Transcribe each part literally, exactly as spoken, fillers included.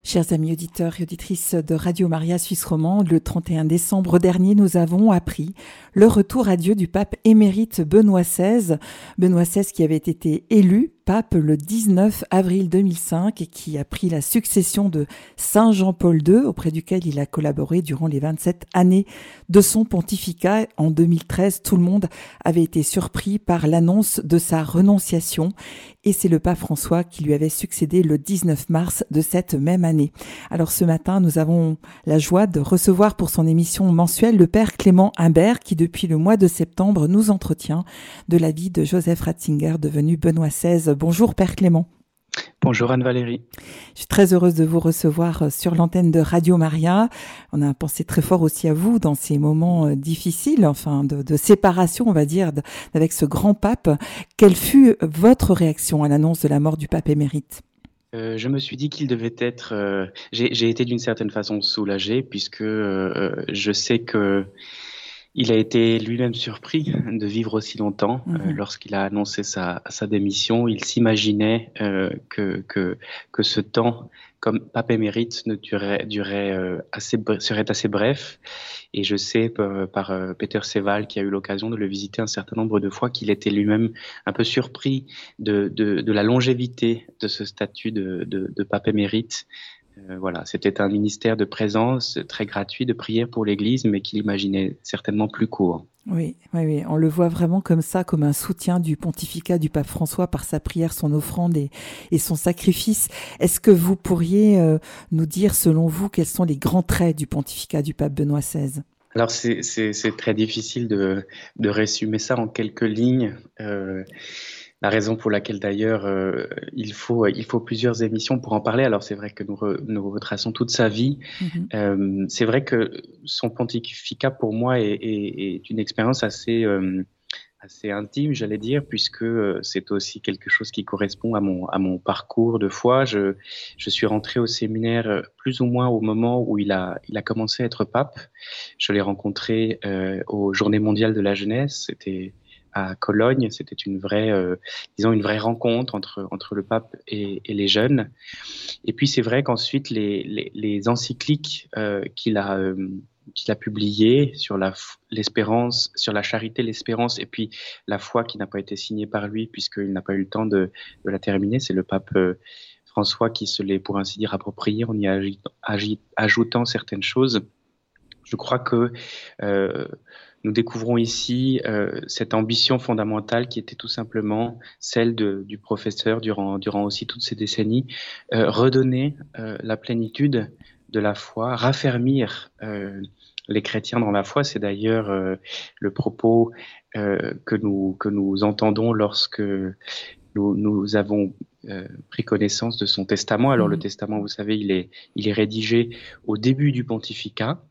Chers amis auditeurs et auditrices de Radio Maria Suisse Romande, le trente et un décembre dernier, nous avons appris le retour à Dieu du pape émérite Benoît seize. Benoît seize qui avait été élu pape le dix-neuf avril deux mille cinq et qui a pris la succession de Saint Jean-Paul deux, auprès duquel il a collaboré durant les vingt-sept années de son pontificat. En deux mille treize, tout le monde avait été surpris par l'annonce de sa renonciation et c'est le pape François qui lui avait succédé le dix-neuf mars de cette même année. Alors ce matin, nous avons la joie de recevoir pour son émission mensuelle le père Clément Imbert qui depuis le mois de septembre nous entretient de la vie de Joseph Ratzinger devenu Benoît seize. Bonjour Père Clément. Bonjour Anne-Valérie. Je suis très heureuse de vous recevoir sur l'antenne de Radio Maria. On a pensé très fort aussi à vous dans ces moments difficiles, enfin de, de séparation, on va dire, de, avec ce grand pape. Quelle fut votre réaction à l'annonce de la mort du pape émérite ? Euh, je me suis dit qu'il devait être... Euh, j'ai, j'ai été d'une certaine façon soulagé puisque euh, je sais que il a été lui-même surpris de vivre aussi longtemps. Mmh. Euh, lorsqu'il a annoncé sa, sa démission, il s'imaginait euh, que, que, que ce temps, comme pape émérite, ne durait, durait, euh, assez, serait assez bref. Et je sais par, par euh, Peter Seval, qui a eu l'occasion de le visiter un certain nombre de fois, qu'il était lui-même un peu surpris de, de, de la longévité de ce statut de, de, de pape émérite. Euh, voilà, c'était un ministère de présence très gratuit, de prière pour l'Église, mais qu'il imaginait certainement plus court. Oui, oui, oui, on le voit vraiment comme ça, comme un soutien du pontificat du pape François par sa prière, son offrande et, et son sacrifice. Est-ce que vous pourriez euh, nous dire, selon vous, quels sont les grands traits du pontificat du pape Benoît seize ? Alors, c'est, c'est, c'est très difficile de, de résumer ça en quelques lignes. Euh, La raison pour laquelle d'ailleurs euh, il faut il faut plusieurs émissions pour en parler. Alors c'est vrai que nous re, nous retraçons toute sa vie. Mm-hmm. Euh, c'est vrai que son pontificat pour moi est, est, est une expérience assez euh, assez intime, j'allais dire, puisque euh, c'est aussi quelque chose qui correspond à mon à mon parcours de foi. Je je suis rentré au séminaire plus ou moins au moment où il a il a commencé à être pape. Je l'ai rencontré euh, aux Journées mondiales de la jeunesse. C'était à Cologne, c'était une vraie, euh, disons une vraie rencontre entre entre le pape et, et les jeunes. Et puis c'est vrai qu'ensuite les les, les encycliques euh, qu'il a euh, qu'il a publiées sur la l'espérance, sur la charité, l'espérance, et puis la foi qui n'a pas été signée par lui puisqu'il n'a pas eu le temps de, de la terminer. C'est le pape euh, François qui se l'est pour ainsi dire approprié en y agi, agi, ajoutant certaines choses. Je crois que euh, nous découvrons ici euh, cette ambition fondamentale qui était tout simplement celle de, du professeur durant, durant aussi toutes ces décennies, euh, redonner euh, la plénitude de la foi, raffermir euh, les chrétiens dans la foi. C'est d'ailleurs euh, le propos euh, que nous que nous entendons lorsque nous, nous avons euh, pris connaissance de son testament. Alors mmh. le testament, vous savez, il est il est rédigé au début du pontificat.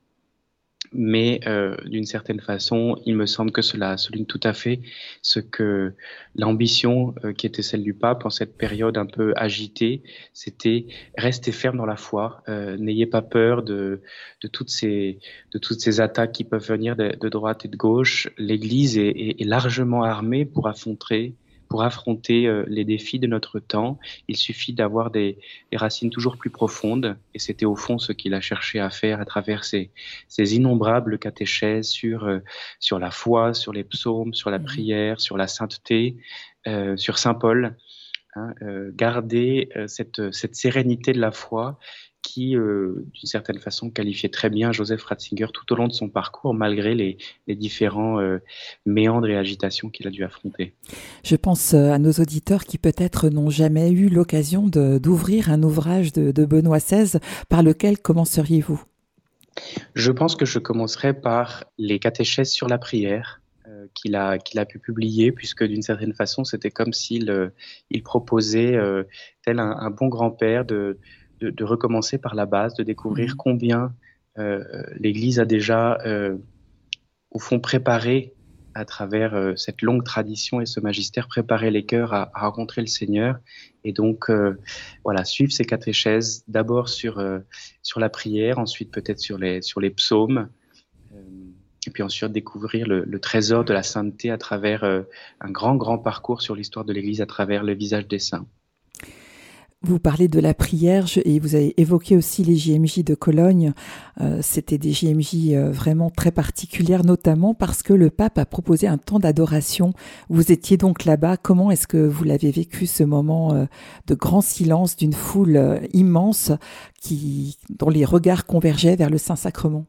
Mais euh, d'une certaine façon, il me semble que cela souligne tout à fait ce que l'ambition euh, qui était celle du pape en cette période un peu agitée, c'était rester ferme dans la foi, euh, n'ayez pas peur de, de, toutes ces, de toutes ces attaques qui peuvent venir de, de droite et de gauche. L'Église est, est, est largement armée pour affronter pour affronter euh, les défis de notre temps. Il suffit d'avoir des, des racines toujours plus profondes, et c'était au fond ce qu'il a cherché à faire à travers ces, ces innombrables catéchèses sur, euh, sur la foi, sur les psaumes, sur la prière, sur la sainteté, euh, sur Saint Paul. Hein, euh, garder euh, cette, cette sérénité de la foi qui, euh, d'une certaine façon, qualifiait très bien Joseph Ratzinger tout au long de son parcours, malgré les, les différents euh, méandres et agitations qu'il a dû affronter. Je pense à nos auditeurs qui peut-être n'ont jamais eu l'occasion de, d'ouvrir un ouvrage de, de Benoît seize. Par lequel commenceriez-vous ? Je pense que je commencerai par les catéchèses sur la prière euh, qu'il a, qu'il a pu publier, puisque d'une certaine façon, c'était comme s'il euh, il proposait, euh, tel un, un bon grand-père, de De, de recommencer par la base, de découvrir mmh. combien euh, l'Église a déjà, euh, au fond, préparé, à travers euh, cette longue tradition et ce magistère, préparé les cœurs à, à rencontrer le Seigneur. Et donc, euh, voilà, suivre ces catéchèses, d'abord sur, euh, sur la prière, ensuite peut-être sur les, sur les psaumes, euh, et puis ensuite découvrir le, le trésor de la sainteté à travers euh, un grand, grand parcours sur l'histoire de l'Église, à travers le visage des saints. Vous parlez de la prière je- et vous avez évoqué aussi les J M J de Cologne. Euh, c'était des J M J euh, vraiment très particulières, notamment parce que le pape a proposé un temps d'adoration. Vous étiez donc là-bas. Comment est-ce que vous l'avez vécu, ce moment euh, de grand silence d'une foule euh, immense qui, dont les regards convergeaient vers le Saint-Sacrement?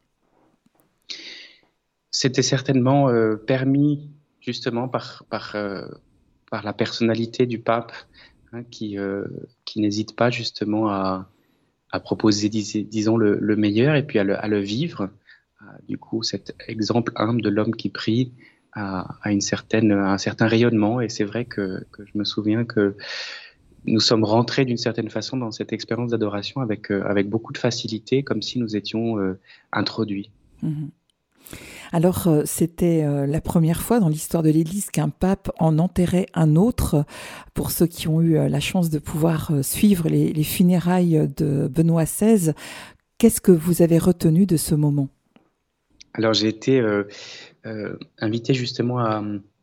C'était certainement euh, permis justement par, par, euh, par la personnalité du pape, hein, qui, euh, qui n'hésite pas justement à, à proposer, dis- disons, le, le meilleur et puis à le, à le vivre. Euh, Du coup, cet exemple humble de l'homme qui prie a, a une certaine, un certain rayonnement. Et c'est vrai que, que je me souviens que nous sommes rentrés d'une certaine façon dans cette expérience d'adoration avec, euh, avec beaucoup de facilité, comme si nous étions euh, introduits. Mhm. Alors, euh, c'était euh, la première fois dans l'histoire de l'Église qu'un pape en enterrait un autre. Pour ceux qui ont eu euh, la chance de pouvoir euh, suivre les, les funérailles de Benoît seize, qu'est-ce que vous avez retenu de ce moment? Alors, j'ai été euh, euh, invité justement à,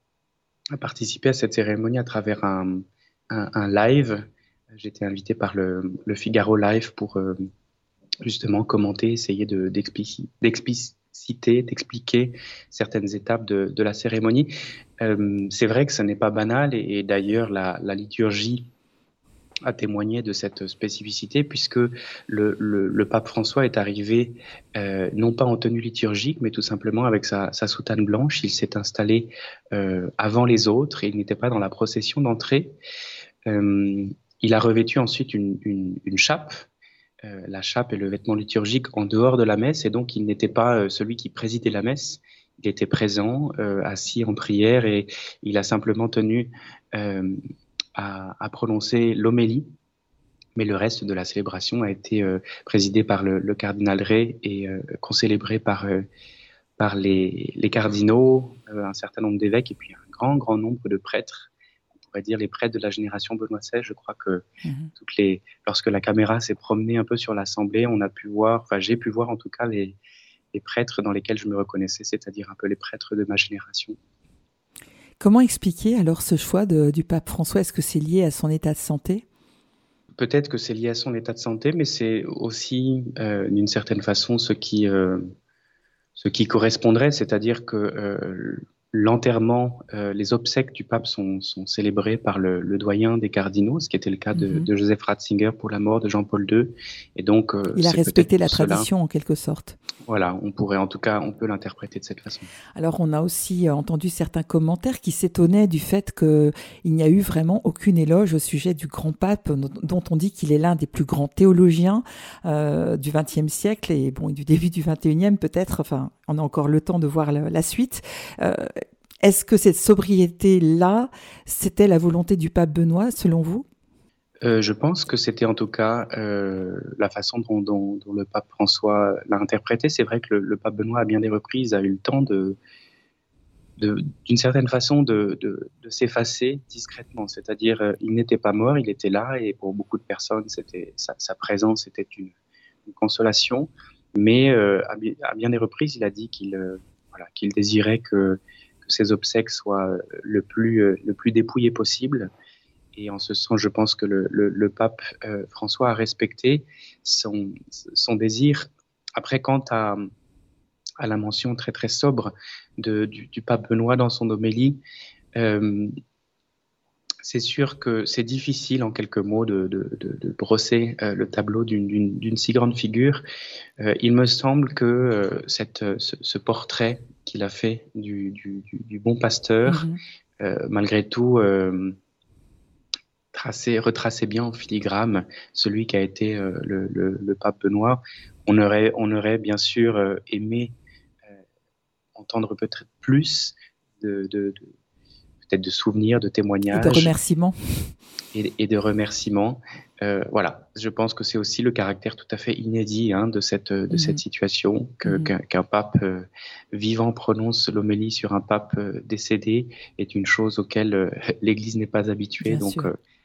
à participer à cette cérémonie à travers un, un, un live. J'ai été invité par le, le Figaro Live pour euh, justement commenter, essayer de, d'explici- d'expliciter, d'expliquer certaines étapes de, de la cérémonie. Euh, c'est vrai que ce n'est pas banal et, et d'ailleurs la, la liturgie a témoigné de cette spécificité puisque le, le, le pape François est arrivé euh, non pas en tenue liturgique mais tout simplement avec sa, sa soutane blanche. Il s'est installé euh, avant les autres et il n'était pas dans la procession d'entrée. Euh, il a revêtu ensuite une, une, une chape, euh, la chape est le vêtement liturgique en dehors de la messe, et donc il n'était pas euh, celui qui présidait la messe. Il était présent, euh, assis en prière, et il a simplement tenu euh, à, à prononcer l'homélie. Mais le reste de la célébration a été euh, présidé par le, le cardinal Ray et euh, concélébré par, euh, par les, les cardinaux, euh, un certain nombre d'évêques et puis un grand, grand nombre de prêtres. On pourrait dire les prêtres de la génération Benoît seize. Je crois que Mhm. toutes les, lorsque la caméra s'est promenée un peu sur l'assemblée, on a pu voir, enfin j'ai pu voir en tout cas les, les prêtres dans lesquels je me reconnaissais, c'est-à-dire un peu les prêtres de ma génération. Comment expliquer alors ce choix de- du pape François? Est-ce que c'est lié à son état de santé? Peut-être que c'est lié à son état de santé, mais c'est aussi euh, d'une certaine façon ce qui, euh, ce qui correspondrait, c'est-à-dire que euh, l'enterrement, euh, les obsèques du pape sont, sont célébrées par le, le doyen des cardinaux, ce qui était le cas de, Mhm. de Joseph Ratzinger pour la mort de Jean-Paul deux. Et donc, euh, Il a c'est peut-être respecté la pour cela. tradition en quelque sorte. Voilà, on pourrait en tout cas, on peut l'interpréter de cette façon. Alors, on a aussi euh, entendu certains commentaires qui s'étonnaient du fait qu'il n'y a eu vraiment aucune éloge au sujet du grand pape, dont on dit qu'il est l'un des plus grands théologiens euh, du vingtième siècle et bon, du début du vingt et unième peut-être. Enfin, on a encore le temps de voir la, la suite. Euh, est-ce que cette sobriété-là, c'était la volonté du pape Benoît, selon vous? Euh, je pense que c'était en tout cas euh, la façon dont, dont, dont le pape François l'a interprété. C'est vrai que le, le pape Benoît, à bien des reprises, a eu le temps de, de- d'une certaine façon de, de, de s'effacer discrètement. C'est-à-dire, euh, il n'était pas mort, il était là, et pour beaucoup de personnes, c'était sa, sa présence était une, une consolation. Mais euh, à, bi- à bien des reprises, il a dit qu'il euh, voilà, qu'il désirait que, que ses obsèques soient euh, le plus, euh, le plus dépouillées possible. Et en ce sens, je pense que le, le, le pape euh, François a respecté son, son désir. Après, quant à, à la mention très très sobre de, du, du pape Benoît dans son homélie, euh, c'est sûr que c'est difficile en quelques mots de, de, de, de brosser euh, le tableau d'une d'une- d'une si grande figure. Euh, il me semble que euh, cette, ce, ce portrait qu'il a fait du, du, du, du bon pasteur, Mhm. euh, malgré tout, euh, tracé, retracé bien en filigrane celui qui a été euh, le, le, le pape Benoît. On aurait, on aurait bien sûr euh, aimé euh, entendre peut-être plus de, de, de peut-être de souvenirs, de Et de témoignages remerciements. et, et de remerciements. Euh, voilà, je pense que c'est aussi le caractère tout à fait inédit hein, de cette de cette Mhm. situation que, Mhm. qu'un, qu'un pape euh, vivant prononce l'homélie sur un pape euh, décédé est une chose auquel euh, l'Église n'est pas habituée. Bien Donc sûr. euh,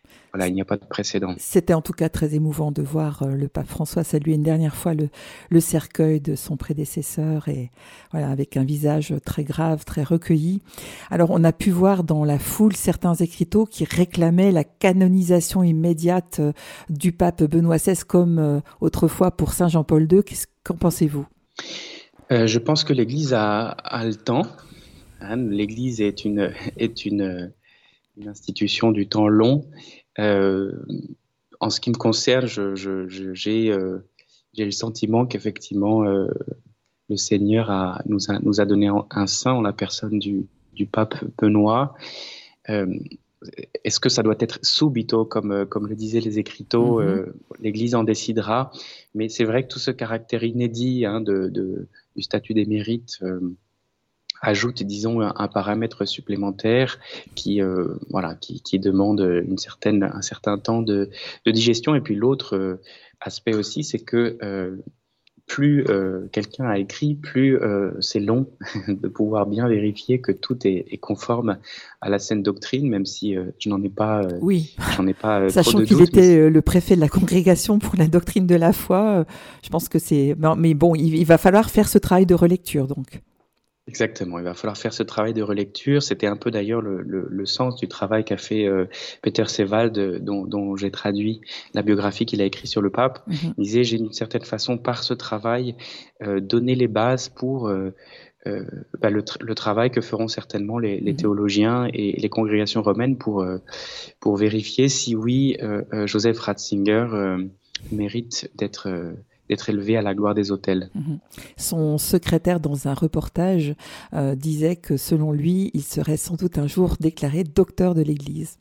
Voilà, il n'y a pas de précédent. C'était en tout cas très émouvant de voir euh, le pape François saluer une dernière fois le, le cercueil de son prédécesseur et voilà, avec un visage très grave, très recueilli. Alors on a pu voir dans la foule certains écriteaux qui réclamaient la canonisation immédiate euh, du pape Benoît seize comme euh, autrefois pour Saint Jean-Paul deux. Qu'est-ce, qu'en pensez-vous? Euh, je pense que l'Église a, a le temps. Hein. L'Église est une, est une, une institution du temps long. Euh, en ce qui me concerne, je, je, je, j'ai, euh, j'ai le sentiment qu'effectivement, euh, le Seigneur a, nous, a, nous a donné un saint en la personne du, du pape Benoît. Euh, est-ce que ça doit être subito, comme, comme le disaient les écriteaux, mm-hmm. euh, l'Église en décidera. Mais c'est vrai que tout ce caractère inédit hein, de, de, du statut d'émérite euh, ajoute, disons, un, un paramètre supplémentaire qui, euh, voilà, qui, qui demande une certaine, un certain temps de, de digestion. Et puis l'autre euh, aspect aussi, c'est que euh, plus euh, quelqu'un a écrit, plus euh, c'est long de pouvoir bien vérifier que tout est, est conforme à la saine doctrine, même si euh, je n'en ai pas, euh, oui. j'en ai pas euh, Sachant trop de qu'il doute, était mais... euh, le préfet de la congrégation pour la doctrine de la foi, euh, je pense que c'est. Mais bon, il, il va falloir faire ce travail de relecture, donc. Exactement, il va falloir faire ce travail de relecture. C'était un peu d'ailleurs le, le, le sens du travail qu'a fait euh, Peter Sewald, dont, dont j'ai traduit la biographie qu'il a écrite sur le pape. Mm-hmm. Il disait, j'ai d'une certaine façon, par ce travail, euh, donné les bases pour euh, euh, bah, le, tra- le travail que feront certainement les, les mm-hmm. théologiens et les congrégations romaines pour, euh, pour vérifier si oui, euh, euh, Joseph Ratzinger euh, mérite d'être... Euh, d'être élevé à la gloire des autels. Mmh. Son secrétaire, dans un reportage, euh, disait que selon lui, il serait sans doute un jour déclaré docteur de l'Église.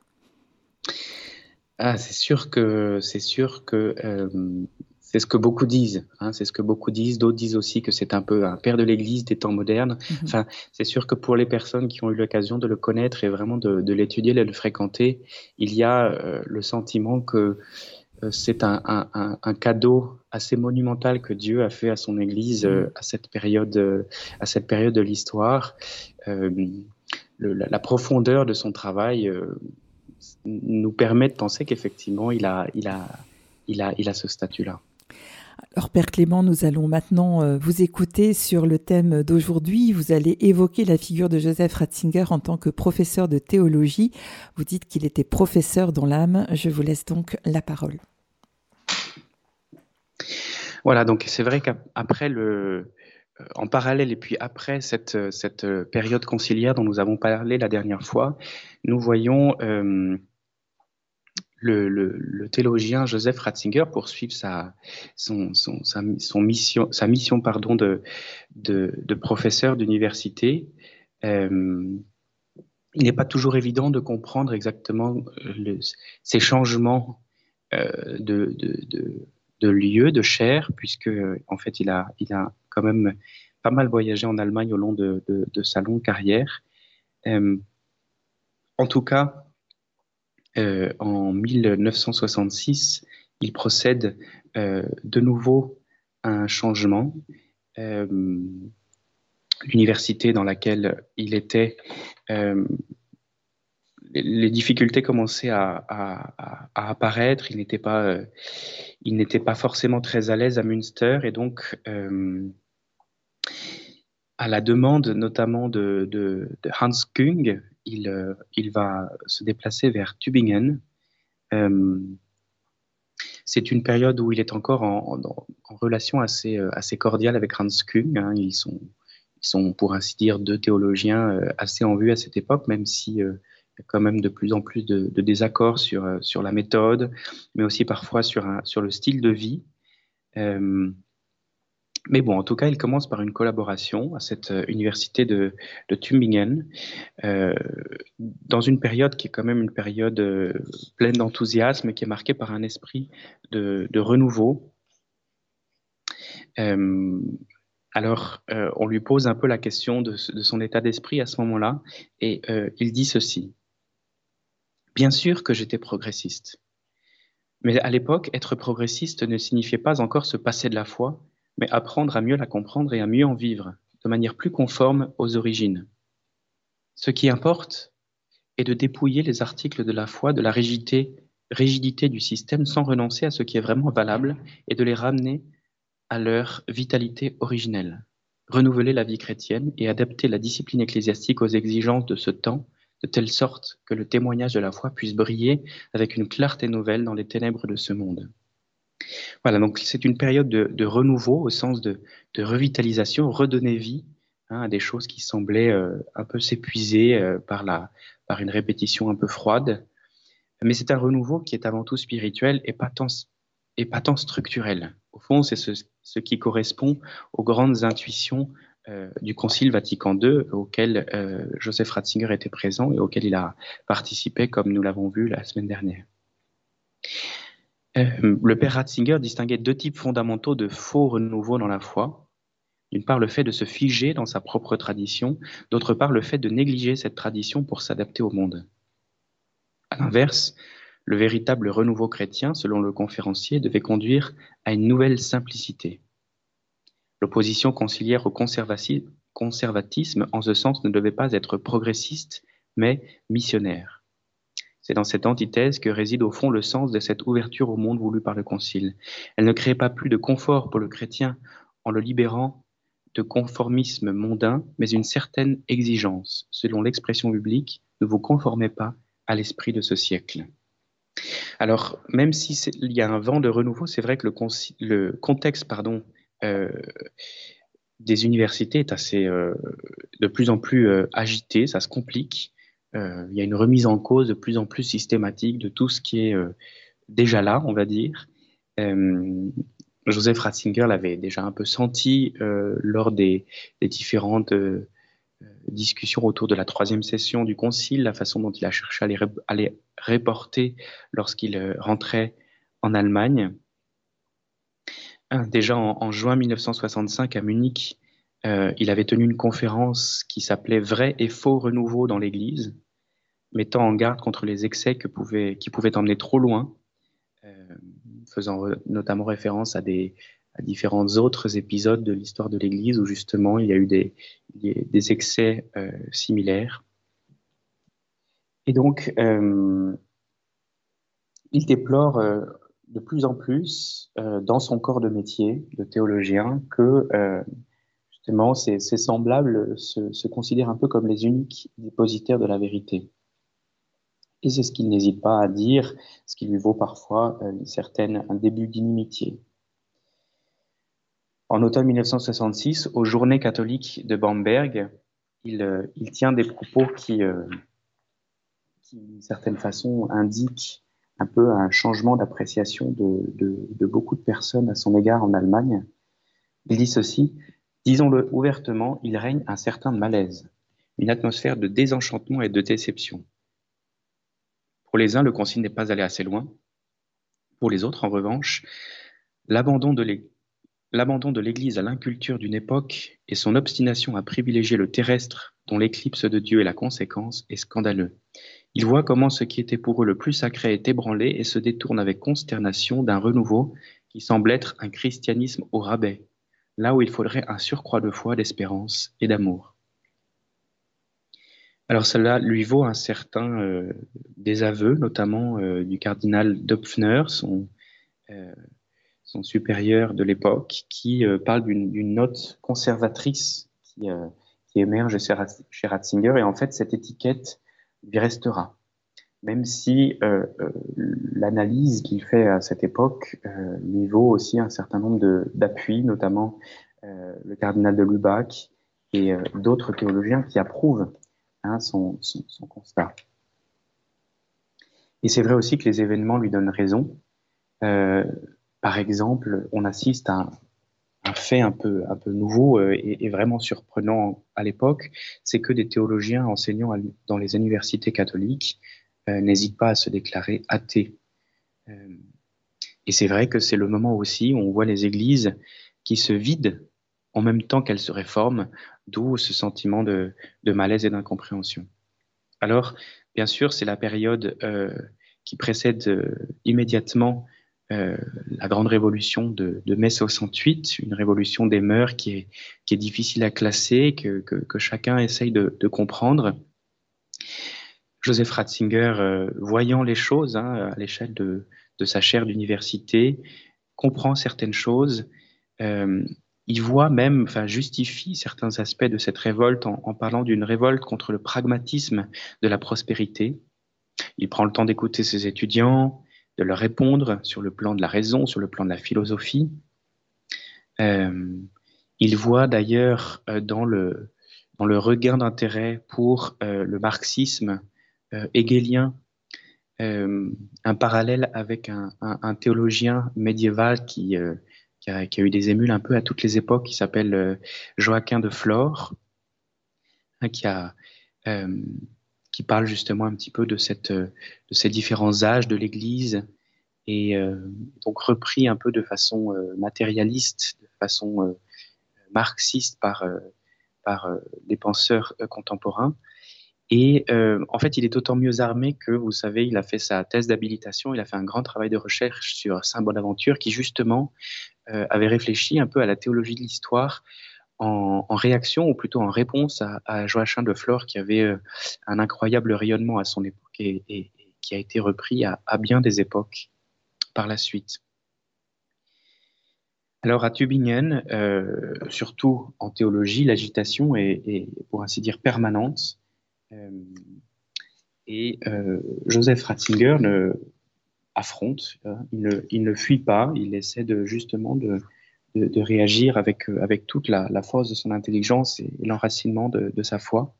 Ah, c'est sûr que c'est sûr que euh, c'est ce que beaucoup disent. Hein, c'est ce que beaucoup disent. D'autres disent aussi que c'est un peu un père de l'Église des temps modernes. Mmh. Enfin, c'est sûr que pour les personnes qui ont eu l'occasion de le connaître et vraiment de, de l'étudier, de le fréquenter, il y a euh, le sentiment que c'est un, un, un cadeau assez monumental que Dieu a fait à son Église euh, à cette période, euh, à cette période de l'histoire. Euh, le, la, la profondeur de son travail euh, nous permet de penser qu'effectivement, il a, il a, il a, il a ce statut-là. Alors Père Clément, nous allons maintenant euh, vous écouter sur le thème d'aujourd'hui. Vous allez évoquer la figure de Joseph Ratzinger en tant que professeur de théologie. Vous dites qu'il était professeur dans l'âme. Je vous laisse donc la parole. Voilà, donc c'est vrai qu'après le, en parallèle et puis après cette, cette période conciliaire dont nous avons parlé la dernière fois, nous voyons euh, le, le, le théologien Joseph Ratzinger poursuivre sa, son, son, sa, son mission, sa mission pardon, de, de, de professeur d'université. Euh, il n'est pas toujours évident de comprendre exactement le, ces changements euh, de, de, de de lieu, de chair, puisque en fait il a, il a quand même pas mal voyagé en Allemagne au long de, de, de sa longue carrière. Euh, en tout cas, euh, en mille neuf cent soixante-six, il procède euh, de nouveau à un changement. Euh, l'université dans laquelle il était, euh, les difficultés commençaient à, à, à apparaître. Il n'était pas, euh, il n'était pas forcément très à l'aise à Münster, et donc, euh, à la demande notamment de, de, de Hans Küng, il, euh, il va se déplacer vers Tübingen. Euh, c'est une période où il est encore en, en, en relation assez, assez cordiale avec Hans Küng. Hein. Ils sont, ils sont, pour ainsi dire, deux théologiens assez en vue à cette époque, même si euh, il y a quand même de plus en plus de, de désaccords sur, sur la méthode, mais aussi parfois sur, un, sur le style de vie. Euh, mais bon, en tout cas, il commence par une collaboration à cette euh, université de, de Tübingen, euh, dans une période qui est quand même une période euh, pleine d'enthousiasme, qui est marquée par un esprit de, de renouveau. Euh, alors, euh, on lui pose un peu la question de, de son état d'esprit à ce moment-là, et euh, il dit ceci. Bien sûr que j'étais progressiste. Mais à l'époque, être progressiste ne signifiait pas encore se passer de la foi, mais apprendre à mieux la comprendre et à mieux en vivre, de manière plus conforme aux origines. Ce qui importe et de dépouiller les articles de la foi de la rigidité, rigidité du système sans renoncer à ce qui est vraiment valable et de les ramener à leur vitalité originelle. Renouveler la vie chrétienne et adapter la discipline ecclésiastique aux exigences de ce temps, de telle sorte que le témoignage de la foi puisse briller avec une clarté nouvelle dans les ténèbres de ce monde. Voilà, donc c'est une période de, de renouveau au sens de, de revitalisation, redonner vie hein, à des choses qui semblaient euh, un peu s'épuiser euh, par, la, par une répétition un peu froide. Mais c'est un renouveau qui est avant tout spirituel et pas tant, et pas tant structurel. Au fond, c'est ce, ce qui correspond aux grandes intuitions euh, du Concile Vatican deux auquel euh, Joseph Ratzinger était présent et auquel il a participé, comme nous l'avons vu la semaine dernière. Euh, le père Ratzinger distinguait deux types fondamentaux de faux renouveau dans la foi. D'une part, le fait de se figer dans sa propre tradition, d'autre part, le fait de négliger cette tradition pour s'adapter au monde. À l'inverse, le véritable renouveau chrétien, selon le conférencier, devait conduire à une nouvelle simplicité. L'opposition conciliaire au conservatisme, en ce sens, ne devait pas être progressiste, mais missionnaire. C'est dans cette antithèse que réside au fond le sens de cette ouverture au monde voulue par le Concile. Elle ne crée pas plus de confort pour le chrétien en le libérant de conformisme mondain, mais une certaine exigence. Selon l'expression biblique, ne vous conformez pas à l'esprit de ce siècle. Alors, même s'il y a un vent de renouveau, c'est vrai que le, le contexte pardon, euh, des universités est assez, euh, de plus en plus euh, agité, ça se complique. Euh, il y a une remise en cause de plus en plus systématique de tout ce qui est euh, déjà là, on va dire. Euh, Joseph Ratzinger l'avait déjà un peu senti euh, lors des, des différentes euh, discussions autour de la troisième session du Concile, la façon dont il a cherché à les, à les reporter lorsqu'il euh, rentrait en Allemagne. Euh, déjà en, en juin mille neuf cent soixante-cinq à Munich, euh, il avait tenu une conférence qui s'appelait « Vrai et faux renouveau dans l'Église », mettant en garde contre les excès que pouvaient, qui pouvaient emmener trop loin, euh, faisant re, notamment référence à, des, à différents autres épisodes de l'histoire de l'Église où justement il y a eu des, des excès euh, similaires. Et donc, euh, il déplore euh, de plus en plus euh, dans son corps de métier de théologien que euh, justement ces, ces semblables se, se considèrent un peu comme les uniques dépositaires de la vérité. Et c'est ce qu'il n'hésite pas à dire, ce qui lui vaut parfois euh, une certaine, un début d'inimitié. En automne mille neuf cent soixante-six, aux Journées catholiques de Bamberg, il, euh, il tient des propos qui, euh, qui d'une certaine façon, indiquent un peu un changement d'appréciation de, de, de beaucoup de personnes à son égard en Allemagne. Il dit ceci, « Disons-le ouvertement, il règne un certain malaise, une atmosphère de désenchantement et de déception. Pour les uns, le Concile n'est pas allé assez loin. Pour les autres, en revanche, l'abandon de l'Église L'abandon de l'Église à l'inculture d'une époque et son obstination à privilégier le terrestre, dont l'éclipse de Dieu est la conséquence, est scandaleux. Ils voient comment ce qui était pour eux le plus sacré est ébranlé et se détournent avec consternation d'un renouveau qui semble être un christianisme au rabais, là où il faudrait un surcroît de foi, d'espérance et d'amour. » Alors cela lui vaut un certain euh, désaveu, notamment euh, du cardinal Döpfner, son euh, son supérieur de l'époque, qui euh, parle d'une note conservatrice qui, euh, qui émerge chez Ratzinger. Et en fait, cette étiquette lui restera. Même si euh, euh, l'analyse qu'il fait à cette époque euh, lui vaut aussi un certain nombre d'appuis, notamment euh, le cardinal de Lubac et euh, d'autres théologiens qui approuvent hein, son, son, son constat. Et c'est vrai aussi que les événements lui donnent raison. Euh, Par exemple, on assiste à un, un fait un peu, un peu nouveau euh, et, et vraiment surprenant à l'époque, c'est que des théologiens enseignant à, dans les universités catholiques euh, n'hésitent pas à se déclarer athées. Euh, et c'est vrai que c'est le moment aussi où on voit les églises qui se vident en même temps qu'elles se réforment, d'où ce sentiment de, de malaise et d'incompréhension. Alors, bien sûr, c'est la période euh, qui précède euh, immédiatement Euh, la grande révolution de, de mai soixante-huit, une révolution des mœurs qui est, qui est difficile à classer, que, que, que chacun essaye de, de comprendre. Joseph Ratzinger, euh, voyant les choses hein, à l'échelle de, de sa chaire d'université, comprend certaines choses. Euh, il voit même, enfin justifie certains aspects de cette révolte en, en parlant d'une révolte contre le pragmatisme de la prospérité. Il prend le temps d'écouter ses étudiants, de leur répondre sur le plan de la raison, sur le plan de la philosophie. Euh, il voit d'ailleurs euh, dans le, dans le regain d'intérêt pour euh, le marxisme euh, hegelien euh, un parallèle avec un, un, un théologien médiéval qui, euh, qui, a, qui a eu des émules un peu à toutes les époques, qui s'appelle euh, Joachim de Flore, hein, qui a euh, qui parle justement un petit peu de cette de ces différents âges de l'Église et euh, donc repris un peu de façon euh, matérialiste, de façon euh, marxiste par euh, par euh, les penseurs euh, contemporains. Et euh, en fait, il est d'autant mieux armé que, vous savez, il a fait sa thèse d'habilitation, il a fait un grand travail de recherche sur Saint Bonaventure, qui justement euh, avait réfléchi un peu à la théologie de l'histoire en, en réaction, ou plutôt en réponse à, à Joachim de Flore, qui avait euh, un incroyable rayonnement à son époque et, et, et qui a été repris à, à bien des époques par la suite. Alors à Tübingen, euh, surtout en théologie, l'agitation est, est, pour ainsi dire, permanente. Euh, Et euh, Joseph Ratzinger ne affronte, hein, il, ne, il ne fuit pas, il essaie de, justement de, de, de réagir avec, euh, avec toute la, la force de son intelligence et, et l'enracinement de, de sa foi.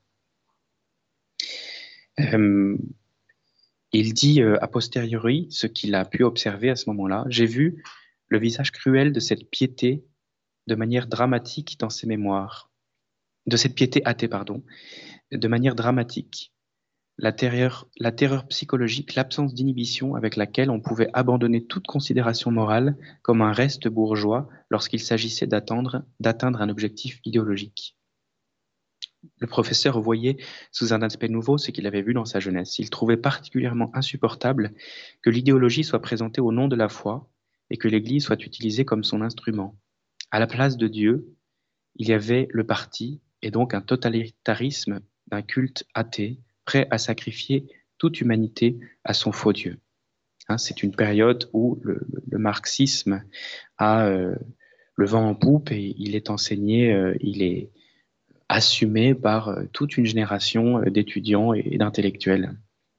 Euh, il dit euh, a posteriori ce qu'il a pu observer à ce moment-là. J'ai vu le visage cruel de cette piété de manière dramatique dans ses mémoires, de cette piété athée, pardon, de manière dramatique. La terreur, la terreur psychologique, l'absence d'inhibition avec laquelle on pouvait abandonner toute considération morale comme un reste bourgeois lorsqu'il s'agissait d'atteindre, d'atteindre un objectif idéologique. Le professeur voyait sous un aspect nouveau ce qu'il avait vu dans sa jeunesse. Il trouvait particulièrement insupportable que l'idéologie soit présentée au nom de la foi et que l'Église soit utilisée comme son instrument. À la place de Dieu, il y avait le parti et donc un totalitarisme d'un culte athée, prêt à sacrifier toute humanité à son faux Dieu. Hein, c'est une période où le, le marxisme a euh, le vent en poupe et il est enseigné, euh, il est assumé par euh, toute une génération euh, d'étudiants et, et d'intellectuels.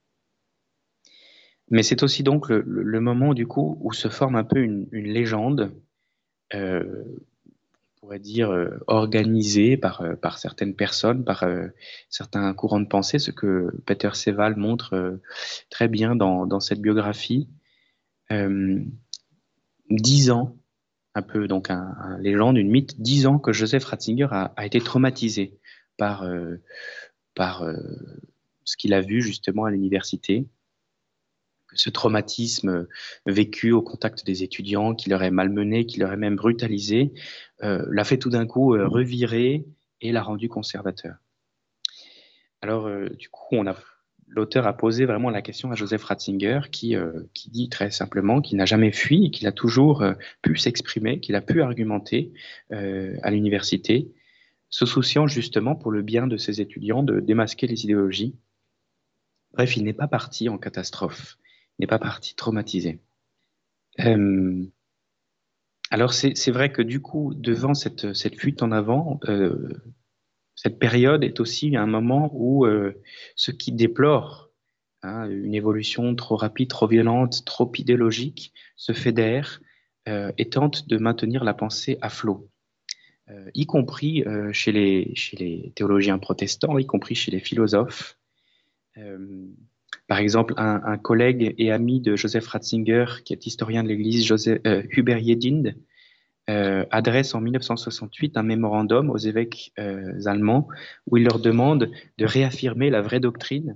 Mais c'est aussi donc le, le, le moment du coup où se forme un peu une, une légende euh, pourrait dire, euh, organisée par, euh, par certaines personnes, par euh, certains courants de pensée, ce que Peter Seval montre euh, très bien dans, dans cette biographie. Euh, dix ans, un peu donc un, un légende, une mythe, dix ans que Joseph Ratzinger a, a été traumatisé par, euh, par euh, ce qu'il a vu justement à l'université. Ce traumatisme vécu au contact des étudiants, qui l'aurait malmené, qui l'aurait même brutalisé, euh, l'a fait tout d'un coup euh, revirer et l'a rendu conservateur. Alors, euh, du coup, on a, l'auteur a posé vraiment la question à Joseph Ratzinger, qui, euh, qui dit très simplement qu'il n'a jamais fui, qu'il a toujours euh, pu s'exprimer, qu'il a pu argumenter euh, à l'université, se souciant justement pour le bien de ses étudiants de démasquer les idéologies. Bref, il n'est pas parti en catastrophe, il n'est pas parti traumatisé. Euh, alors c'est c'est vrai que du coup, devant cette, cette fuite en avant, euh, cette période est aussi un moment où euh, ceux qui déplorent hein, une évolution trop rapide, trop violente, trop idéologique se fédèrent euh, et tentent de maintenir la pensée à flot, euh, y compris euh, chez les, chez les théologiens protestants, y compris chez les philosophes. Euh, Par exemple, un, un collègue et ami de Joseph Ratzinger, qui est historien de l'Église, Joseph, euh, Hubert Yedind, euh, adresse en mille neuf cent soixante-huit un mémorandum aux évêques euh, allemands où il leur demande de réaffirmer la vraie doctrine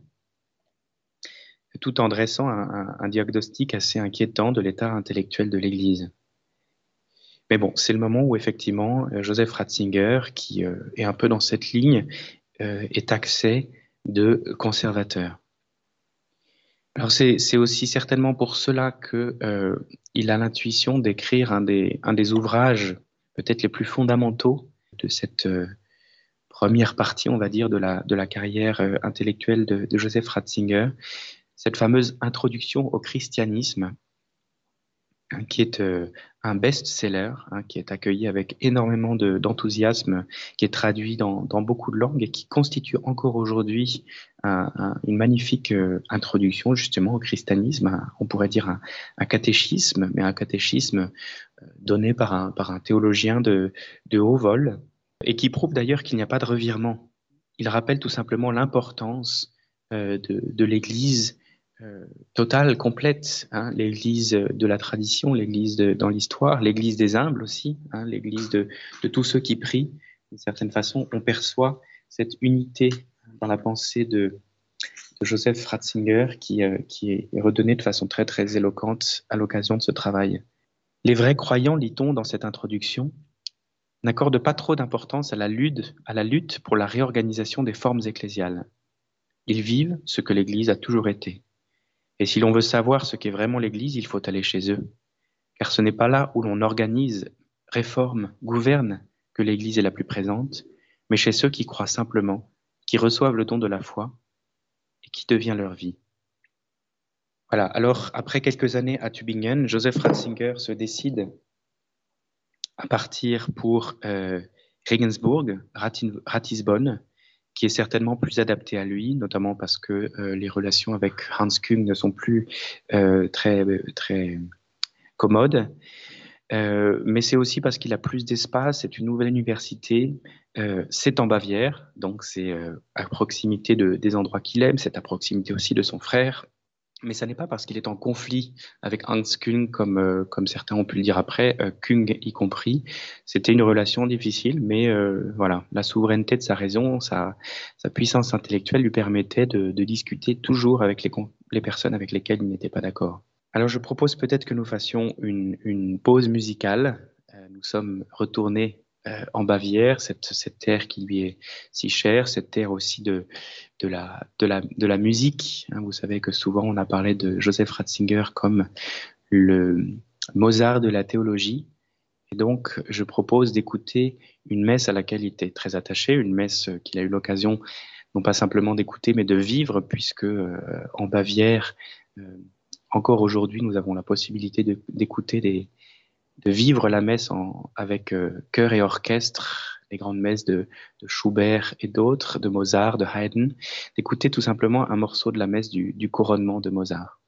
tout en dressant un, un, un diagnostic assez inquiétant de l'état intellectuel de l'Église. Mais bon, c'est le moment où effectivement Joseph Ratzinger, qui euh, est un peu dans cette ligne, euh, est taxé de conservateur. Alors c'est c'est aussi certainement pour cela que euh, il a l'intuition d'écrire un des un des ouvrages peut-être les plus fondamentaux de cette euh, première partie, on va dire, de la, de la carrière euh, intellectuelle de, de Joseph Ratzinger, cette fameuse introduction au christianisme, hein, qui est euh, un best-seller, hein, qui est accueilli avec énormément de, d'enthousiasme, qui est traduit dans, dans beaucoup de langues et qui constitue encore aujourd'hui un, un, une magnifique euh, introduction justement au christianisme. Un, on pourrait dire un, un catéchisme, mais un catéchisme euh, donné par un, par un théologien de, de haut vol et qui prouve d'ailleurs qu'il n'y a pas de revirement. Il rappelle tout simplement l'importance euh, de, de l'Église euh, totale, complète, hein, l'Église de la tradition, l'Église de, dans l'histoire, l'Église des humbles aussi, hein, l'Église de, de tous ceux qui prient. D'une certaine façon, on perçoit cette unité dans la pensée de, de Joseph Ratzinger qui, euh, qui est redonnée de façon très très éloquente à l'occasion de ce travail. Les vrais croyants, lit-on dans cette introduction, n'accordent pas trop d'importance à la lutte, à la lutte pour la réorganisation des formes ecclésiales. Ils vivent ce que l'Église a toujours été. Et si l'on veut savoir ce qu'est vraiment l'Église, il faut aller chez eux. Car ce n'est pas là où l'on organise, réforme, gouverne que l'Église est la plus présente, mais chez ceux qui croient simplement, qui reçoivent le don de la foi et qui devient leur vie. Voilà, alors après quelques années à Tübingen, Joseph Ratzinger se décide à partir pour euh, Regensburg, Ratin- Ratisbonne, qui est certainement plus adapté à lui, notamment parce que euh, les relations avec Hans Küng ne sont plus euh, très, très commodes. Euh, mais c'est aussi parce qu'il a plus d'espace, c'est une nouvelle université, euh, c'est en Bavière, donc c'est euh, à proximité de, des endroits qu'il aime, c'est à proximité aussi de son frère. Mais ça n'est pas parce qu'il est en conflit avec Hans Küng, comme, euh, comme certains ont pu le dire après, euh, Küng y compris. C'était une relation difficile, mais euh, voilà, la souveraineté de sa raison, sa, sa puissance intellectuelle lui permettait de, de discuter toujours avec les, les personnes avec lesquelles il n'était pas d'accord. Alors je propose peut-être que nous fassions une, une pause musicale. Euh, nous sommes retournés euh, en Bavière, cette, cette terre qui lui est si chère, cette terre aussi de, de, la, de, la, de la musique. Hein, vous savez que souvent on a parlé de Joseph Ratzinger comme le Mozart de la théologie. Et donc je propose d'écouter une messe à laquelle il était très attaché, une messe qu'il a eu l'occasion non pas simplement d'écouter, mais de vivre, puisque euh, en Bavière, euh, encore aujourd'hui, nous avons la possibilité de, d'écouter, des, de vivre la messe en, avec euh, chœur et orchestre, les grandes messes de, de Schubert et d'autres, de Mozart, de Haydn, d'écouter tout simplement un morceau de la messe du, du couronnement de Mozart.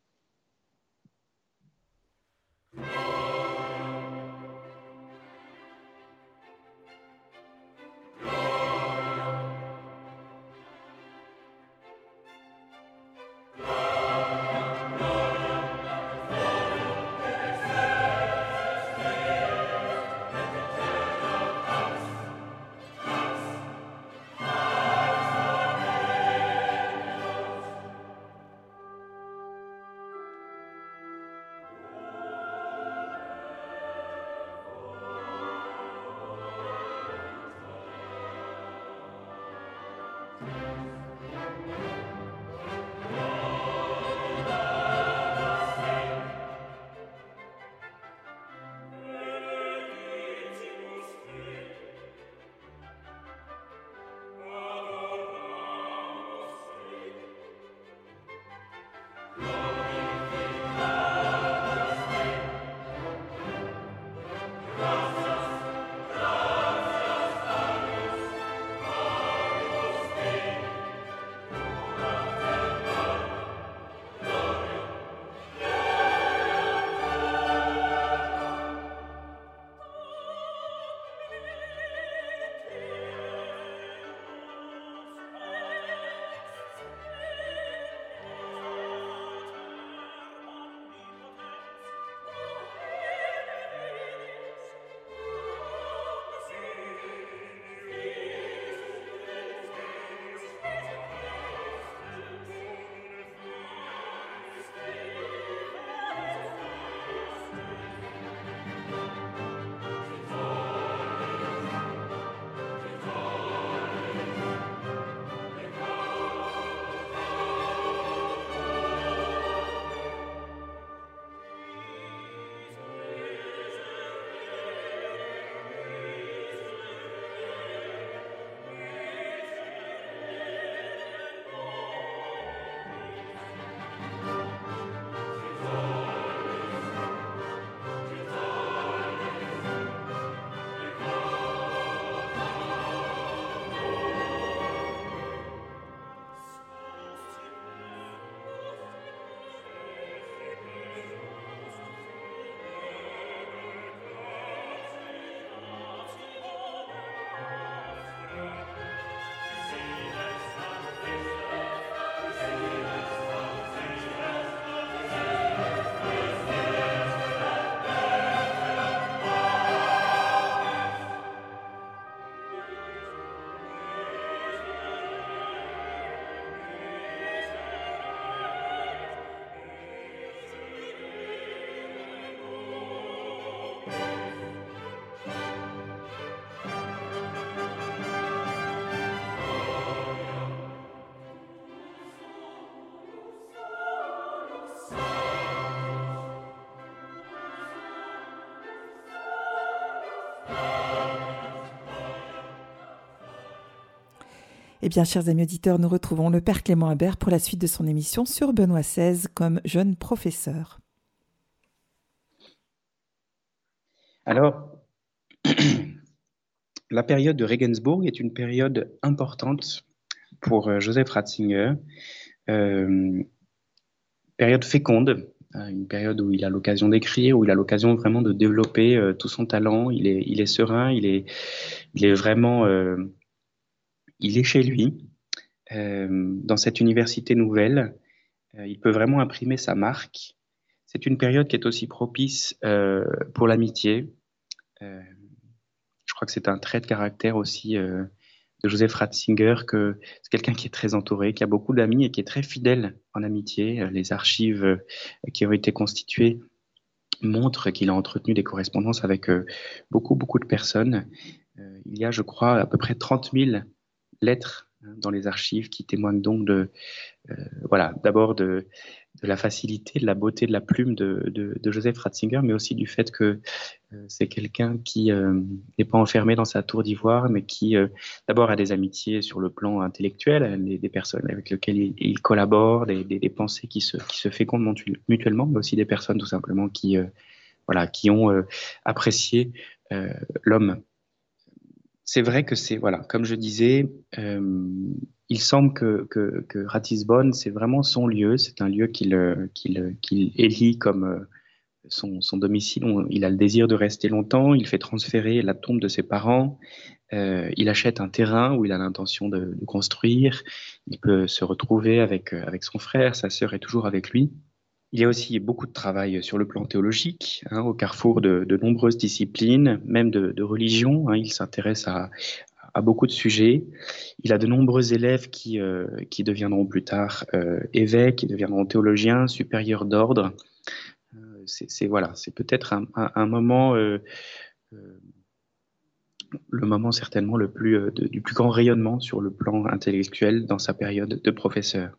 Eh bien, chers amis auditeurs, nous retrouvons le Père Clément Habert pour la suite de son émission sur Benoît seize comme jeune professeur. Alors, la période de Regensburg est une période importante pour Joseph Ratzinger, euh, période féconde, une période où il a l'occasion d'écrire, où il a l'occasion vraiment de développer euh, tout son talent. Il est, il est serein, il est, il est vraiment, euh, il est chez lui. Euh, dans cette université nouvelle, euh, il peut vraiment imprimer sa marque. C'est une période qui est aussi propice euh, pour l'amitié. Euh, je crois que c'est un trait de caractère aussi euh, de Joseph Ratzinger, que c'est quelqu'un qui est très entouré, qui a beaucoup d'amis et qui est très fidèle en amitié. Les archives euh, qui ont été constituées montrent qu'il a entretenu des correspondances avec euh, beaucoup, beaucoup de personnes. Euh, il y a, je crois, à peu près trente mille lettres dans les archives qui témoignent donc de, euh, voilà, d'abord de, de la facilité, de la beauté de la plume de, de, de Joseph Ratzinger, mais aussi du fait que euh, c'est quelqu'un qui euh, n'est pas enfermé dans sa tour d'ivoire, mais qui euh, d'abord a des amitiés sur le plan intellectuel, des, des personnes avec lesquelles il, il collabore, des, des, des pensées qui se, qui se fécondent mutuellement, mais aussi des personnes tout simplement qui, euh, voilà, qui ont euh, apprécié euh, l'homme. C'est vrai que c'est, voilà, comme je disais, euh, il semble que, que, que Ratisbonne, c'est vraiment son lieu, c'est un lieu qu'il qu'il, qu'il élit comme euh, son, son domicile. On- il a le désir de rester longtemps, il fait transférer la tombe de ses parents, euh, il achète un terrain où il a l'intention de, de construire, il peut se retrouver avec, euh, avec son frère, sa sœur est toujours avec lui. Il y a aussi beaucoup de travail sur le plan théologique, hein, au carrefour de, de nombreuses disciplines, même de, de religion. Hein. Il s'intéresse à, à beaucoup de sujets. Il a de nombreux élèves qui, euh, qui deviendront plus tard euh, évêques, qui deviendront théologiens, supérieurs d'ordre. Euh, c'est, c'est voilà, c'est peut-être un, un, un moment, euh, euh, le moment certainement le plus, euh, de- du plus grand rayonnement sur le plan intellectuel dans sa période de professeur.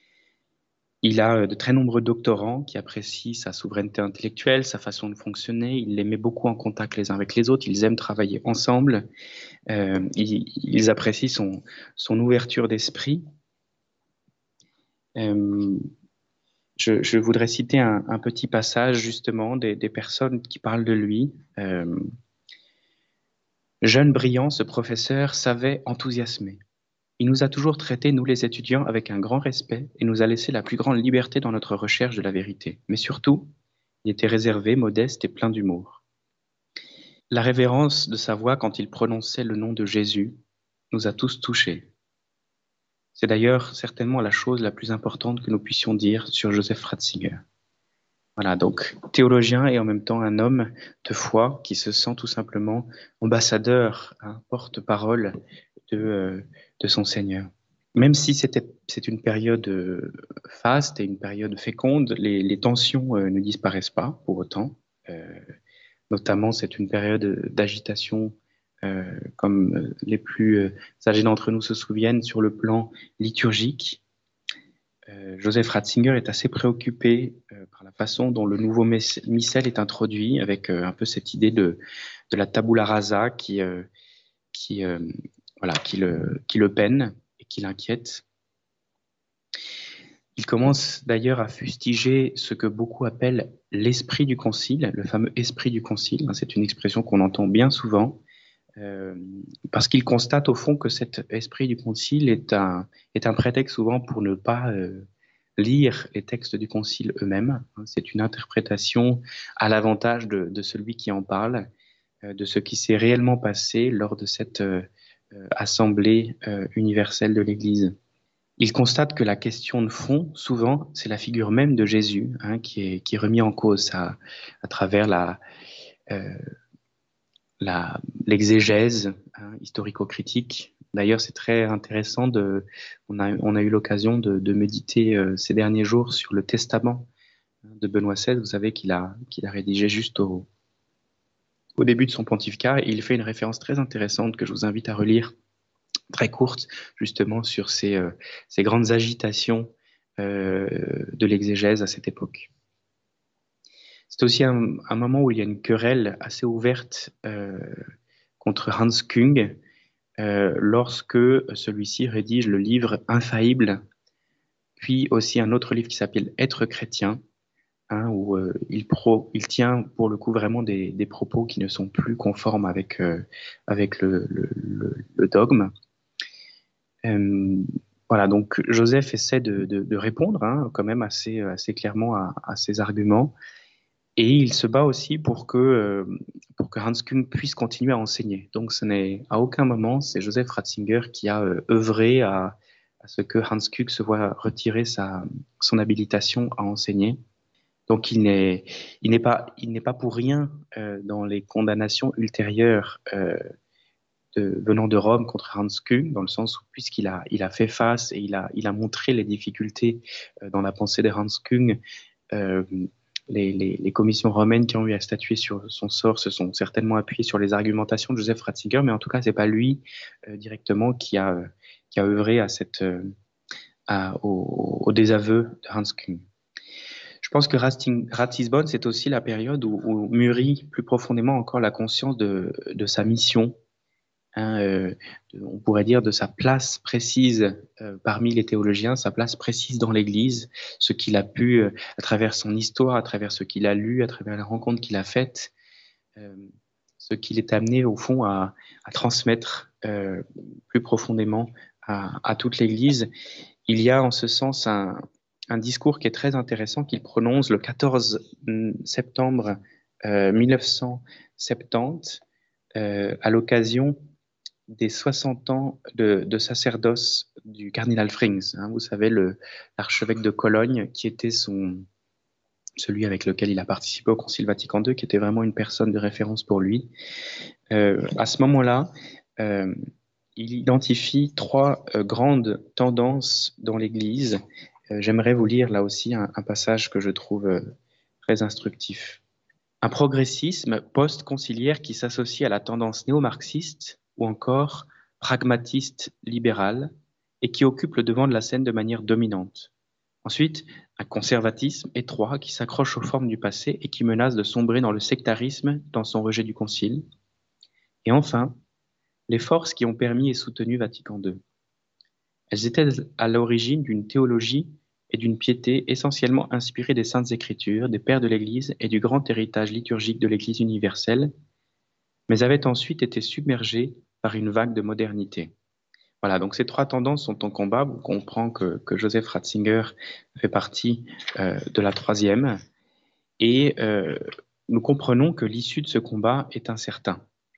Il a euh, de très nombreux doctorants qui apprécient sa souveraineté intellectuelle, sa façon de fonctionner. Il les met beaucoup en contact les uns avec les autres. Ils aiment travailler ensemble. Euh, ils, ils apprécient son, son ouverture d'esprit. Euh, je, je voudrais citer un, un petit passage justement des, des personnes qui parlent de lui. Euh, Jeune brillant, ce professeur savait enthousiasmer. Il nous a toujours traités, nous les étudiants, avec un grand respect et nous a laissé la plus grande liberté dans notre recherche de la vérité. Mais surtout, il était réservé, modeste et plein d'humour. La révérence de sa voix quand il prononçait le nom de Jésus nous a tous touchés. C'est d'ailleurs certainement la chose la plus importante que nous puissions dire sur Joseph Ratzinger. Voilà, donc théologien et en même temps un homme de foi qui se sent tout simplement ambassadeur, hein, porte-parole de, euh, de son Seigneur. Même si c'était, c'est une période euh, faste et une période féconde, les, les tensions euh, ne disparaissent pas pour autant. Euh, notamment, c'est une période d'agitation, euh, comme euh, les plus euh, âgés d'entre nous se souviennent, sur le plan liturgique. Euh, Joseph Ratzinger est assez préoccupé euh, par la façon dont le nouveau missel est introduit, avec euh, un peu cette idée de, de la tabula rasa qui, euh, qui, euh, voilà, qui, le, qui le peine et qui l'inquiète. Il commence d'ailleurs à fustiger ce que beaucoup appellent l'esprit du concile, le fameux esprit du concile. C'est une expression qu'on entend bien souvent, euh, parce qu'il constate au fond que cet esprit du concile est un, est un prétexte souvent pour ne pas euh, lire les textes du concile eux-mêmes. C'est une interprétation à l'avantage de, de celui qui en parle, euh, de ce qui s'est réellement passé lors de cette euh, assemblée euh, universelle de l'Église. Il constate que la question de fond, souvent, c'est la figure même de Jésus, hein, qui est, qui est remis en cause à, à travers la, euh, la, l'exégèse, hein, historico-critique. D'ailleurs, c'est très intéressant. De, on, a, on a eu l'occasion de, de méditer euh, ces derniers jours sur le testament de Benoît seize. Vous savez qu'il a, qu'il a rédigé juste au, au début de son pontificat. Et il fait une référence très intéressante que je vous invite à relire, très courte, justement, sur ces, euh, ces grandes agitations euh, de l'exégèse à cette époque. C'est aussi un, un moment où il y a une querelle assez ouverte euh, contre Hans Küng euh, lorsque celui-ci rédige le livre Infaillible, puis aussi un autre livre qui s'appelle Être chrétien, hein, où euh, il, pro, il tient pour le coup vraiment des, des propos qui ne sont plus conformes avec, euh, avec le, le, le, le dogme. Euh, voilà, donc Joseph essaie de, de, de répondre hein, quand même assez, assez clairement à, à ces arguments. Et il se bat aussi pour que, euh, pour que Hans Küng puisse continuer à enseigner. Donc ce n'est à aucun moment, c'est Joseph Ratzinger qui a euh, œuvré à, à ce que Hans Küng se voit retirer sa, son habilitation à enseigner. Donc il n'est, il n'est pas, il n'est pas pour rien euh, dans les condamnations ultérieures euh, de, venant de Rome contre Hans Küng, dans le sens où puisqu'il a, il a fait face et il a, il a montré les difficultés euh, dans la pensée de Hans Küng, euh, les, les, les commissions romaines qui ont eu à statuer sur son sort se sont certainement appuyées sur les argumentations de Joseph Ratzinger, mais en tout cas c'est pas lui euh, directement qui a, euh, qui a œuvré à cette, euh, à, au, au désaveu de Hans Küng. Je pense que Ratisbonne, c'est aussi la période où, où mûrit plus profondément encore la conscience de, de sa mission, hein, euh, de, on pourrait dire de sa place précise euh, parmi les théologiens, sa place précise dans l'Église, ce qu'il a pu, euh, à travers son histoire, à travers ce qu'il a lu, à travers les rencontres qu'il a faites, euh, ce qu'il est amené au fond à, à transmettre euh, plus profondément à, à toute l'Église. Il y a en ce sens un, un discours qui est très intéressant qu'il prononce le quatorze septembre euh, mille neuf cent soixante-dix euh, à l'occasion des soixante ans de, de sacerdoce du cardinal Frings, hein, vous savez, le, l'archevêque de Cologne, qui était son, celui avec lequel il a participé au Concile Vatican deux, qui était vraiment une personne de référence pour lui. Euh, à ce moment-là, euh, il identifie trois euh, grandes tendances dans l'Église. Euh, j'aimerais vous lire là aussi un, un passage que je trouve euh, très instructif. Un progressisme post-conciliaire qui s'associe à la tendance néo-marxiste ou encore pragmatiste libérale et qui occupe le devant de la scène de manière dominante. Ensuite, un conservatisme étroit qui s'accroche aux formes du passé et qui menace de sombrer dans le sectarisme dans son rejet du Concile. Et enfin, les forces qui ont permis et soutenu Vatican deux. Elles étaient à l'origine d'une théologie et d'une piété essentiellement inspirées des Saintes Écritures, des Pères de l'Église et du grand héritage liturgique de l'Église universelle, mais avaient ensuite été submergées par une vague de modernité. Voilà, donc ces trois tendances sont en combat. On comprend que, que Joseph Ratzinger fait partie euh, de la troisième, et euh, nous comprenons que l'issue de ce combat est incertain.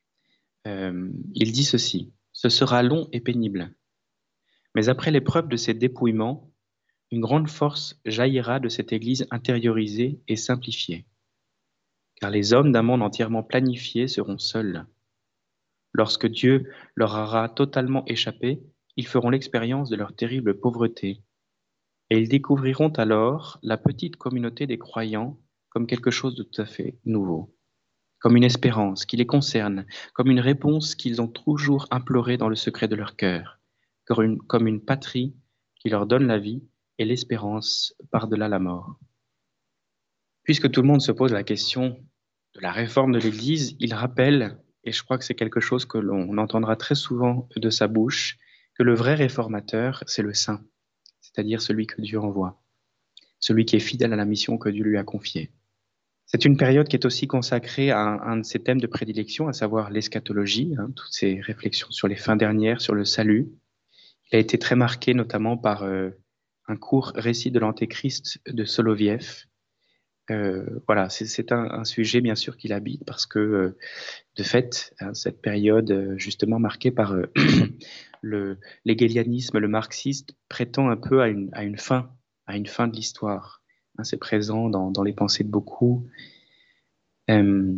Euh, il dit ceci: ce sera long et pénible. Mais après l'épreuve de ces dépouillements, une grande force jaillira de cette Église intériorisée et simplifiée. Car les hommes d'un monde entièrement planifié seront seuls. Lorsque Dieu leur aura totalement échappé, ils feront l'expérience de leur terrible pauvreté. Et ils découvriront alors la petite communauté des croyants comme quelque chose de tout à fait nouveau, comme une espérance qui les concerne, comme une réponse qu'ils ont toujours implorée dans le secret de leur cœur, comme une, comme une patrie qui leur donne la vie et l'espérance par-delà la mort. Puisque tout le monde se pose la question de la réforme de l'Église, il rappelle, et je crois que c'est quelque chose que l'on entendra très souvent de sa bouche, que le vrai réformateur, c'est le saint, c'est-à-dire celui que Dieu envoie, celui qui est fidèle à la mission que Dieu lui a confiée. C'est une période qui est aussi consacrée à un, un de ses thèmes de prédilection, à savoir l'eschatologie, hein, toutes ces réflexions sur les fins dernières, sur le salut. Il a été très marqué notamment par euh, un court récit de l'Antéchrist de Soloviev. Euh, voilà, c'est, c'est un, un sujet bien sûr qui l'habite parce que euh, de fait, hein, cette période euh, justement marquée par euh, le l'hégélianisme, le marxisme, prétend un peu à une, à une fin, à une fin de l'histoire. Hein, c'est présent dans, dans les pensées de beaucoup. Euh,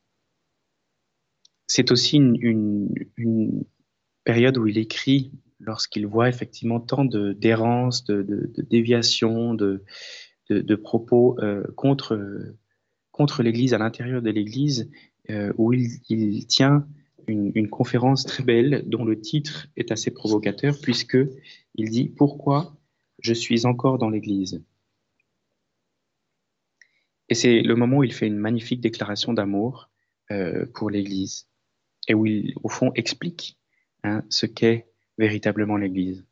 c'est aussi une, une, une période où il écrit lorsqu'il voit effectivement tant de d'errance, de, de, de déviation, de, de, de propos euh, contre contre l'Église, à l'intérieur de l'Église, euh, où il, il tient une, une conférence très belle dont le titre est assez provocateur puisque il dit « Pourquoi je suis encore dans l'Église ?» Et c'est le moment où il fait une magnifique déclaration d'amour euh, pour l'Église. et où il, au fond, explique hein, ce qu'est véritablement l'Église.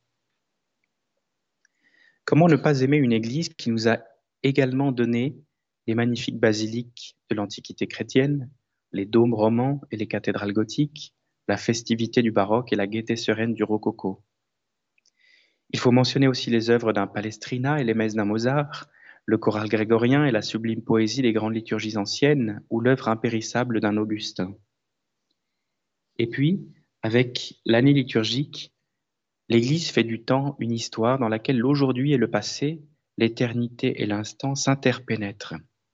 Comment ne pas aimer une Église qui nous a également donné les magnifiques basiliques de l'Antiquité chrétienne, les dômes romans et les cathédrales gothiques, la festivité du baroque et la gaieté sereine du rococo. Il faut mentionner aussi les œuvres d'un Palestrina et les messes d'un Mozart, le choral grégorien et la sublime poésie des grandes liturgies anciennes, ou l'œuvre impérissable d'un Augustin. Et puis, avec l'année liturgique, l'Église fait du temps une histoire dans laquelle l'aujourd'hui et le passé, l'éternité et l'instant s'interpénètrent.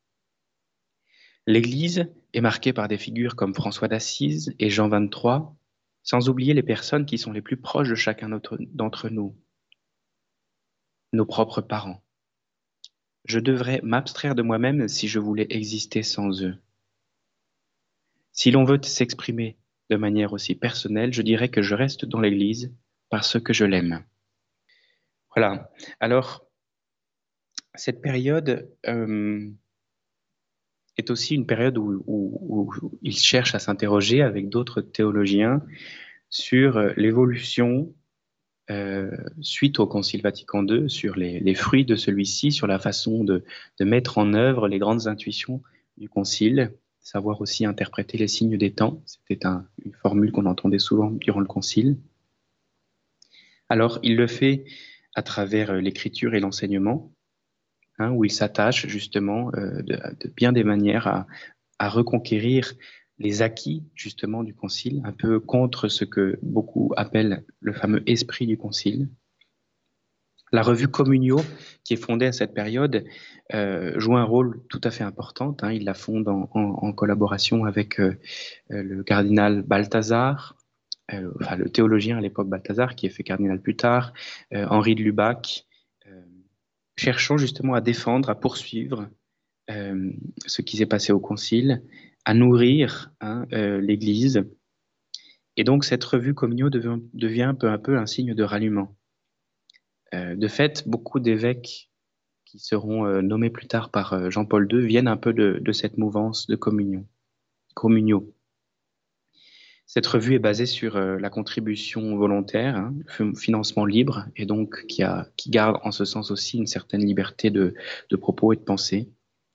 L'Église est marquée par des figures comme François d'Assise et Jean vingt-trois, sans oublier les personnes qui sont les plus proches de chacun d'entre nous, nos propres parents. Je devrais m'abstraire de moi-même si je voulais exister sans eux. Si l'on veut s'exprimer de manière aussi personnelle, je dirais que je reste dans l'Église parce que je l'aime. Voilà. Alors, cette période euh, est aussi une période où, où, où il cherche à s'interroger avec d'autres théologiens sur l'évolution euh, suite au Concile Vatican deux, sur les, les fruits de celui-ci, sur la façon de, de mettre en œuvre les grandes intuitions du Concile, savoir aussi interpréter les signes des temps. C'était un, une formule qu'on entendait souvent durant le Concile. Alors, il le fait à travers l'écriture et l'enseignement, hein, où il s'attache justement euh, de, de bien des manières à, à reconquérir les acquis justement du Concile, un peu contre ce que beaucoup appellent le fameux esprit du Concile. La revue Communio, qui est fondée à cette période, euh, joue un rôle tout à fait important. Hein. Il la fonde en, en, en collaboration avec euh, le cardinal Balthazar, euh, enfin le théologien à l'époque Balthazar, qui est fait cardinal plus tard, euh, Henri de Lubac, euh, cherchant justement à défendre, à poursuivre euh, ce qui s'est passé au Concile, à nourrir hein, euh, l'Église. Et donc cette revue Communio devient, devient peu à peu un signe de ralliement. Euh, de fait, beaucoup d'évêques qui seront euh, nommés plus tard par euh, Jean-Paul deux viennent un peu de, de cette mouvance de communion, communio. Cette revue est basée sur euh, la contribution volontaire, hein, le financement libre, et donc qui, a, qui garde en ce sens aussi une certaine liberté de, de propos et de pensée.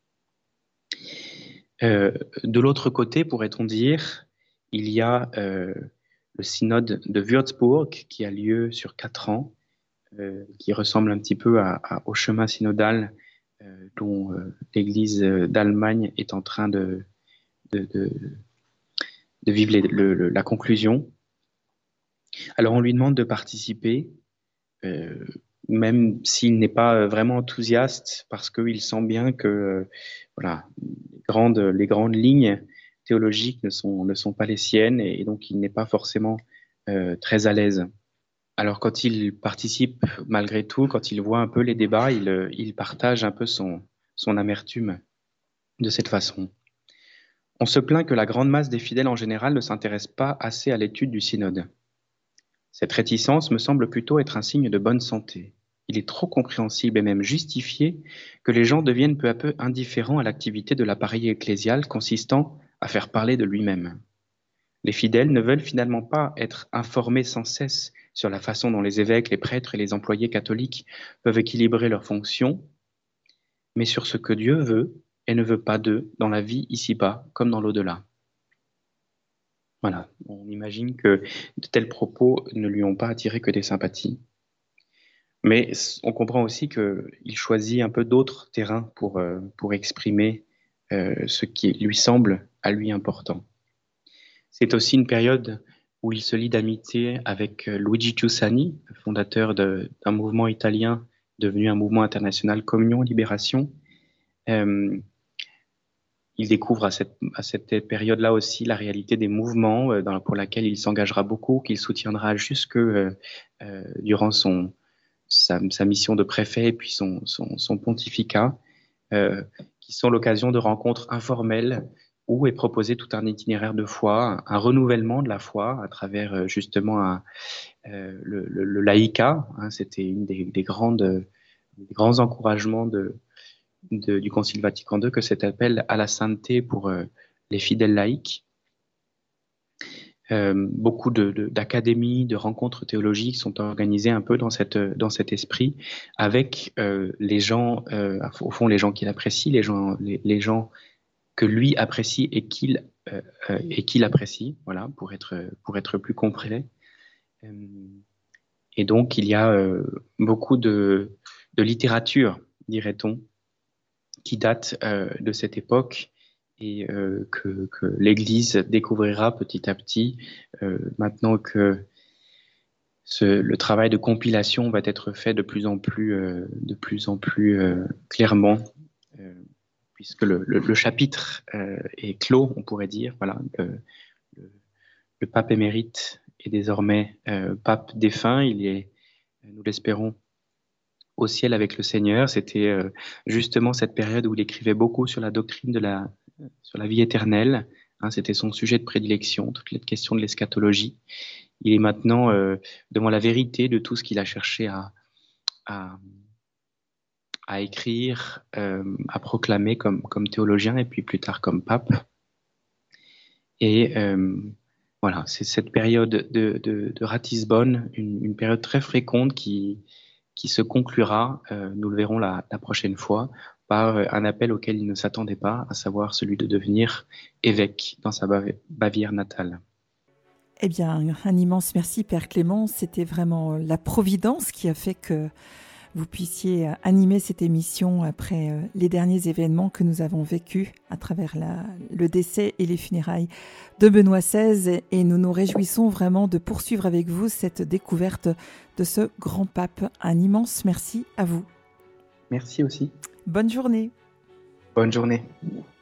Euh, de l'autre côté, pourrait-on dire, il y a euh, le synode de Würzburg qui a lieu sur quatre ans, euh, qui ressemble un petit peu à, à, au chemin synodal euh, dont euh, l'Église d'Allemagne est en train de, de, de, de vivre les, le, le, la conclusion. Alors on lui demande de participer, euh, même s'il n'est pas vraiment enthousiaste, parce qu'il sent bien que euh, voilà, les, grandes, les grandes lignes théologiques ne sont, ne sont pas les siennes, et, et donc il n'est pas forcément euh, très à l'aise. Alors quand il participe malgré tout, quand il voit un peu les débats, il, il partage un peu son, son amertume de cette façon. On se plaint que la grande masse des fidèles en général ne s'intéresse pas assez à l'étude du synode. Cette réticence me semble plutôt être un signe de bonne santé. Il est trop compréhensible et même justifié que les gens deviennent peu à peu indifférents à l'activité de l'appareil ecclésial consistant à faire parler de lui-même. Les fidèles ne veulent finalement pas être informés sans cesse sur la façon dont les évêques, les prêtres et les employés catholiques peuvent équilibrer leurs fonctions, mais sur ce que Dieu veut et ne veut pas d'eux dans la vie ici-bas comme dans l'au-delà. Voilà, on imagine que de tels propos ne lui ont pas attiré que des sympathies. Mais on comprend aussi qu'il choisit un peu d'autres terrains pour, euh, pour exprimer euh, ce qui lui semble à lui important. C'est aussi une période où il se lie d'amitié avec Luigi Giussani, fondateur de, d'un mouvement italien devenu un mouvement international Communion Libération. Euh, il découvre à cette, à cette période-là aussi la réalité des mouvements euh, dans, pour laquelle il s'engagera beaucoup, qu'il soutiendra jusque euh, euh, durant son, sa, sa mission de préfet et puis son, son, son pontificat, euh, qui sont l'occasion de rencontres informelles où est proposé tout un itinéraire de foi, un, un renouvellement de la foi à travers euh, justement un, euh, le, le, le laïcat. Hein, c'était une des, des, grandes, des grands encouragements de, de, du Concile Vatican deux, que cet appel à la sainteté pour euh, les fidèles laïcs. Euh, beaucoup de, de, d'académies, de rencontres théologiques sont organisées un peu dans, cette, dans cet esprit, avec euh, les gens, euh, au fond les gens qu'il apprécie, les gens, les, les gens que lui apprécie et qu'il euh, euh, et qu'il apprécie, voilà, pour être pour être plus complet. Euh, et donc il y a euh, beaucoup de de littérature, dirait-on, qui date euh, de cette époque et euh, que, que l'Église découvrira petit à petit, euh, maintenant que ce, le travail de compilation va être fait de plus en plus, euh, de plus en plus euh, clairement, euh, puisque le, le, le chapitre euh, est clos, on pourrait dire. Voilà, le, le, le pape émérite est désormais euh, pape défunt. Il est, nous l'espérons, au ciel avec le Seigneur. C'était euh, justement cette période où il écrivait beaucoup sur la doctrine de la, sur la vie éternelle. Hein, c'était son sujet de prédilection, toute la question de l'eschatologie. Il est maintenant euh, devant la vérité de tout ce qu'il a cherché à, à, à écrire, euh, à proclamer comme, comme théologien et puis plus tard comme pape. Et euh, voilà, c'est cette période de, de, de Ratisbonne, une, une période très féconde qui, qui se conclura, euh, nous le verrons la, la prochaine fois, par un appel auquel il ne s'attendait pas, à savoir celui de devenir évêque dans sa Bavière natale. Eh bien, un immense merci, Père Clément. C'était vraiment la providence qui a fait que vous puissiez animer cette émission après les derniers événements que nous avons vécus à travers la, le décès et les funérailles de Benoît seize. Et nous nous réjouissons vraiment de poursuivre avec vous cette découverte de ce grand pape. Un immense merci à vous. Merci aussi. Bonne journée. Bonne journée.